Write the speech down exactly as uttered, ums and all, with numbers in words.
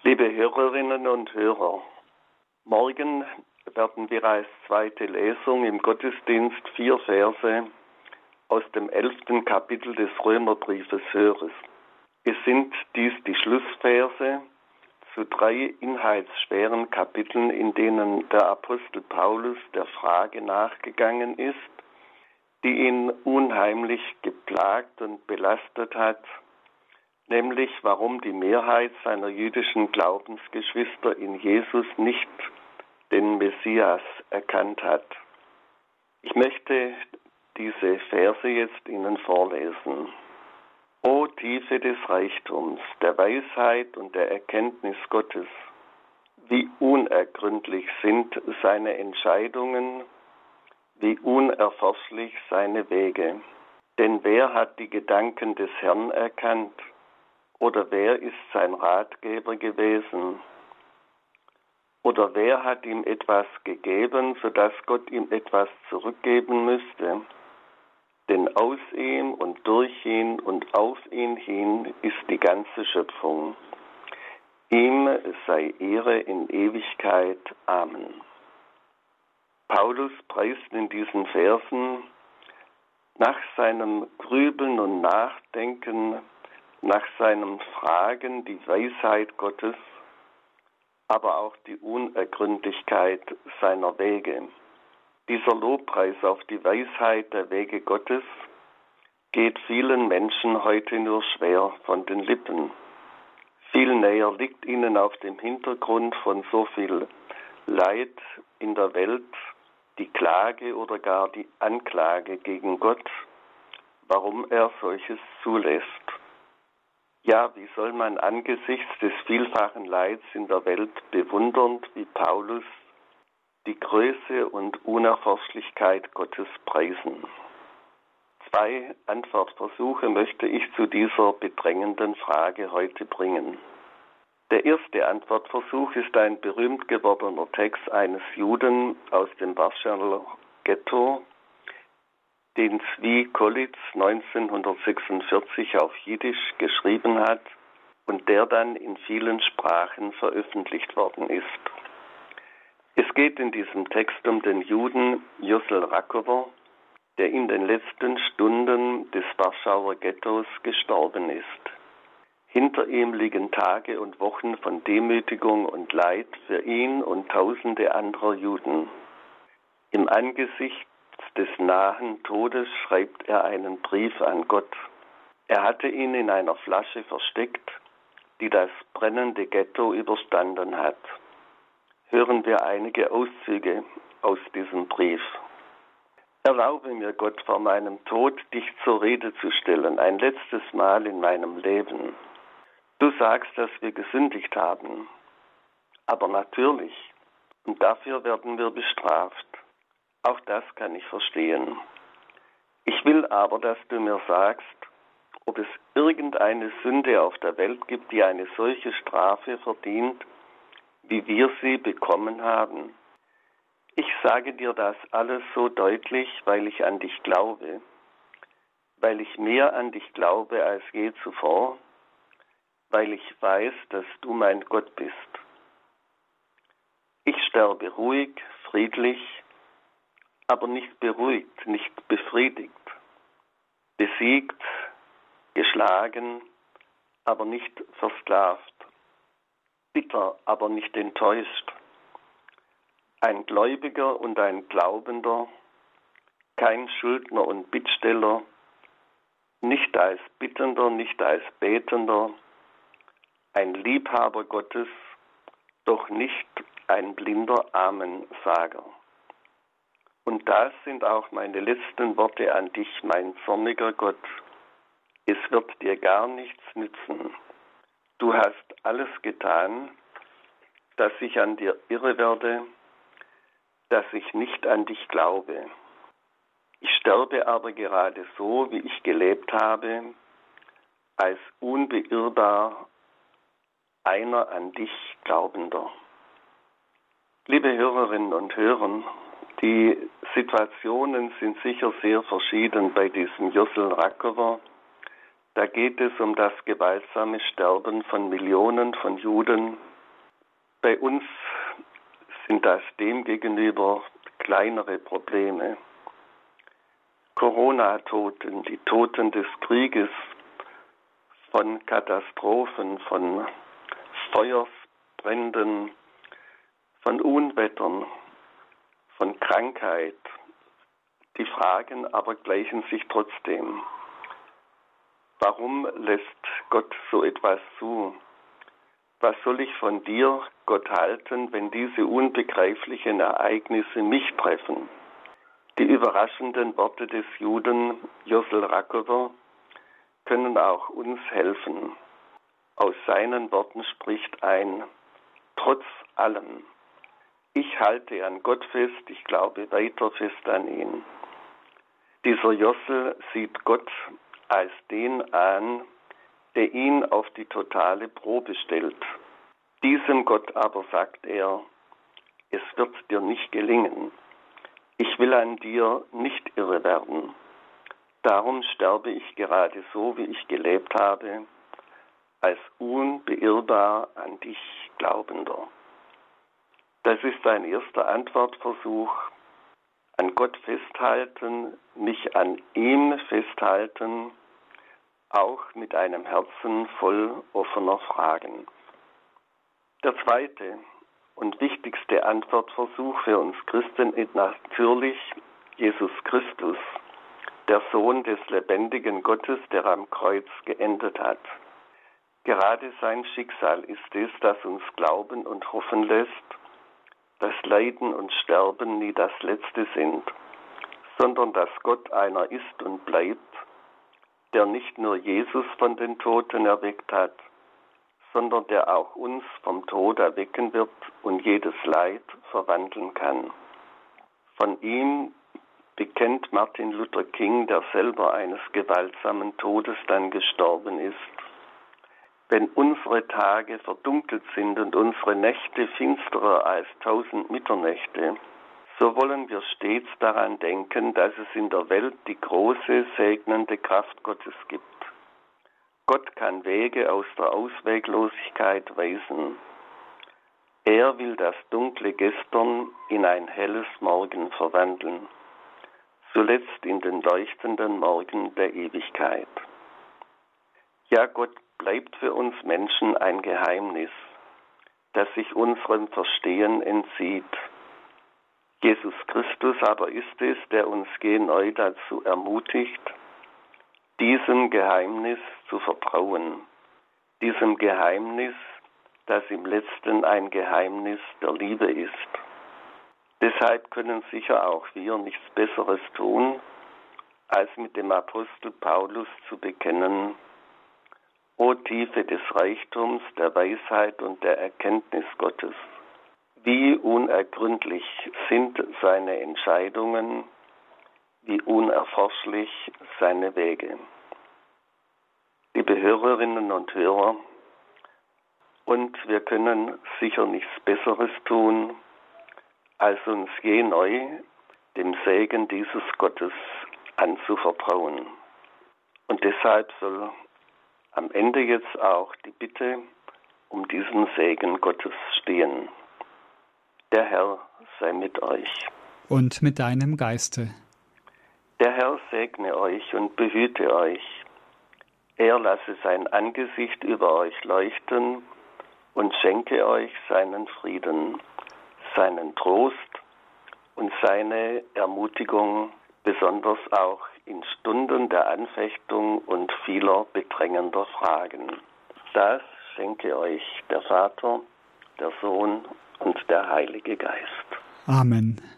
Liebe Hörerinnen und Hörer, morgen werden wir als zweite Lesung im Gottesdienst vier Verse aus dem elften Kapitel des Römerbriefes hören. Es sind dies die Schlussverse zu drei inhaltsschweren Kapiteln, in denen der Apostel Paulus der Frage nachgegangen ist, die ihn unheimlich geplagt und belastet hat, nämlich warum die Mehrheit seiner jüdischen Glaubensgeschwister in Jesus nicht den Messias erkannt hat. Ich möchte diese Verse jetzt Ihnen vorlesen. O Tiefe des Reichtums, der Weisheit und der Erkenntnis Gottes, wie unergründlich sind seine Entscheidungen, wie unerforschlich seine Wege. Denn wer hat die Gedanken des Herrn erkannt? Oder wer ist sein Ratgeber gewesen? Oder wer hat ihm etwas gegeben, sodass Gott ihm etwas zurückgeben müsste? Denn aus ihm und durch ihn und auf ihn hin ist die ganze Schöpfung. Ihm sei Ehre in Ewigkeit. Amen. Paulus preist in diesen Versen nach seinem Grübeln und Nachdenken, nach seinem Fragen die Weisheit Gottes, aber auch die Unergründlichkeit seiner Wege. Dieser Lobpreis auf die Weisheit der Wege Gottes geht vielen Menschen heute nur schwer von den Lippen. Viel näher liegt ihnen auf dem Hintergrund von so viel Leid in der Welt die Klage oder gar die Anklage gegen Gott, warum er solches zulässt. Ja, wie soll man angesichts des vielfachen Leids in der Welt bewundernd wie Paulus die Größe und Unerforschlichkeit Gottes preisen? Zwei Antwortversuche möchte ich zu dieser bedrängenden Frage heute bringen. Der erste Antwortversuch ist ein berühmt gewordener Text eines Juden aus dem Warschauer Ghetto, den Zvi Kolitz neunzehnhundertsechsundvierzig auf Jiddisch geschrieben hat und der dann in vielen Sprachen veröffentlicht worden ist. Es geht in diesem Text um den Juden Jossel Rakower, der in den letzten Stunden des Warschauer Ghettos gestorben ist. Hinter ihm liegen Tage und Wochen von Demütigung und Leid für ihn und tausende anderer Juden. Im Angesicht des nahen Todes schreibt er einen Brief an Gott. Er hatte ihn in einer Flasche versteckt, die das brennende Ghetto überstanden hat. Hören wir einige Auszüge aus diesem Brief. Erlaube mir, Gott, vor meinem Tod dich zur Rede zu stellen, ein letztes Mal in meinem Leben. Du sagst, dass wir gesündigt haben, aber natürlich, und dafür werden wir bestraft. Auch das kann ich verstehen. Ich will aber, dass du mir sagst, ob es irgendeine Sünde auf der Welt gibt, die eine solche Strafe verdient, wie wir sie bekommen haben. Ich sage dir das alles so deutlich, weil ich an dich glaube, weil ich mehr an dich glaube als je zuvor, weil ich weiß, dass du mein Gott bist. Ich sterbe ruhig, friedlich, aber nicht beruhigt, nicht befriedigt, besiegt, geschlagen, aber nicht versklavt, bitter, aber nicht enttäuscht, ein Gläubiger und ein Glaubender, kein Schuldner und Bittsteller, nicht als Bittender, nicht als Betender, ein Liebhaber Gottes, doch nicht ein blinder Amensager. Und das sind auch meine letzten Worte an dich, mein zorniger Gott. Es wird dir gar nichts nützen. Du hast alles getan, dass ich an dir irre werde, dass ich nicht an dich glaube. Ich sterbe aber gerade so, wie ich gelebt habe, als unbeirrbar einer an dich Glaubender. Liebe Hörerinnen und Hörer, die Situationen sind sicher sehr verschieden bei diesem Jossel Rakower. Da geht es um das gewaltsame Sterben von Millionen von Juden Bei uns sind das demgegenüber kleinere Probleme. Corona-Toten, die Toten des Krieges, von Katastrophen, von Feuersbränden, von Unwettern, von Krankheit. Die Fragen aber gleichen sich trotzdem. Warum lässt Gott so etwas zu? Was soll ich von dir, Gott, halten, wenn diese unbegreiflichen Ereignisse mich treffen? Die überraschenden Worte des Juden Jossel Rakower können auch uns helfen. Aus seinen Worten spricht ein: Trotz allem. Ich halte an Gott fest, ich glaube weiter fest an ihn. Dieser Jossel sieht Gott als den an, der ihn auf die totale Probe stellt. Diesem Gott aber sagt er: Es wird dir nicht gelingen. Ich will an dir nicht irre werden. Darum sterbe ich gerade so, wie ich gelebt habe, als unbeirrbar an dich Glaubender. Das ist ein erster Antwortversuch. An Gott festhalten, mich an ihm festhalten, auch mit einem Herzen voll offener Fragen. Der zweite und wichtigste Antwortversuch für uns Christen ist natürlich Jesus Christus, der Sohn des lebendigen Gottes, der am Kreuz geendet hat. Gerade sein Schicksal ist es, das uns glauben und hoffen lässt, dass Leiden und Sterben nie das Letzte sind, sondern dass Gott einer ist und bleibt, der nicht nur Jesus von den Toten erweckt hat, sondern der auch uns vom Tod erwecken wird und jedes Leid verwandeln kann. Von ihm bekennt Martin Luther King, der selber eines gewaltsamen Todes dann gestorben ist: Wenn unsere Tage verdunkelt sind und unsere Nächte finsterer als tausend Mitternächte, so wollen wir stets daran denken, dass es in der Welt die große, segnende Kraft Gottes gibt. Gott kann Wege aus der Ausweglosigkeit weisen. Er will das dunkle Gestern in ein helles Morgen verwandeln, zuletzt in den leuchtenden Morgen der Ewigkeit. Ja, Gott bleibt für uns Menschen ein Geheimnis, das sich unserem Verstehen entzieht. Jesus Christus aber ist es, der uns neu dazu ermutigt, diesem Geheimnis zu vertrauen, diesem Geheimnis, das im Letzten ein Geheimnis der Liebe ist. Deshalb können sicher auch wir nichts Besseres tun, als mit dem Apostel Paulus zu bekennen: O Tiefe des Reichtums, der Weisheit und der Erkenntnis Gottes! Wie unergründlich sind seine Entscheidungen, wie unerforschlich seine Wege. Liebe Hörerinnen und Hörer, und wir können sicher nichts Besseres tun, als uns je neu dem Segen dieses Gottes anzuvertrauen. Und deshalb soll am Ende jetzt auch die Bitte um diesen Segen Gottes stehen. Der Herr sei mit euch. Und mit deinem Geiste. Der Herr segne euch und behüte euch. Er lasse sein Angesicht über euch leuchten und schenke euch seinen Frieden, seinen Trost und seine Ermutigung, besonders auch in Stunden der Anfechtung und vieler bedrängender Fragen. Das schenke euch der Vater, der Sohn und der Heilige Geist. Amen.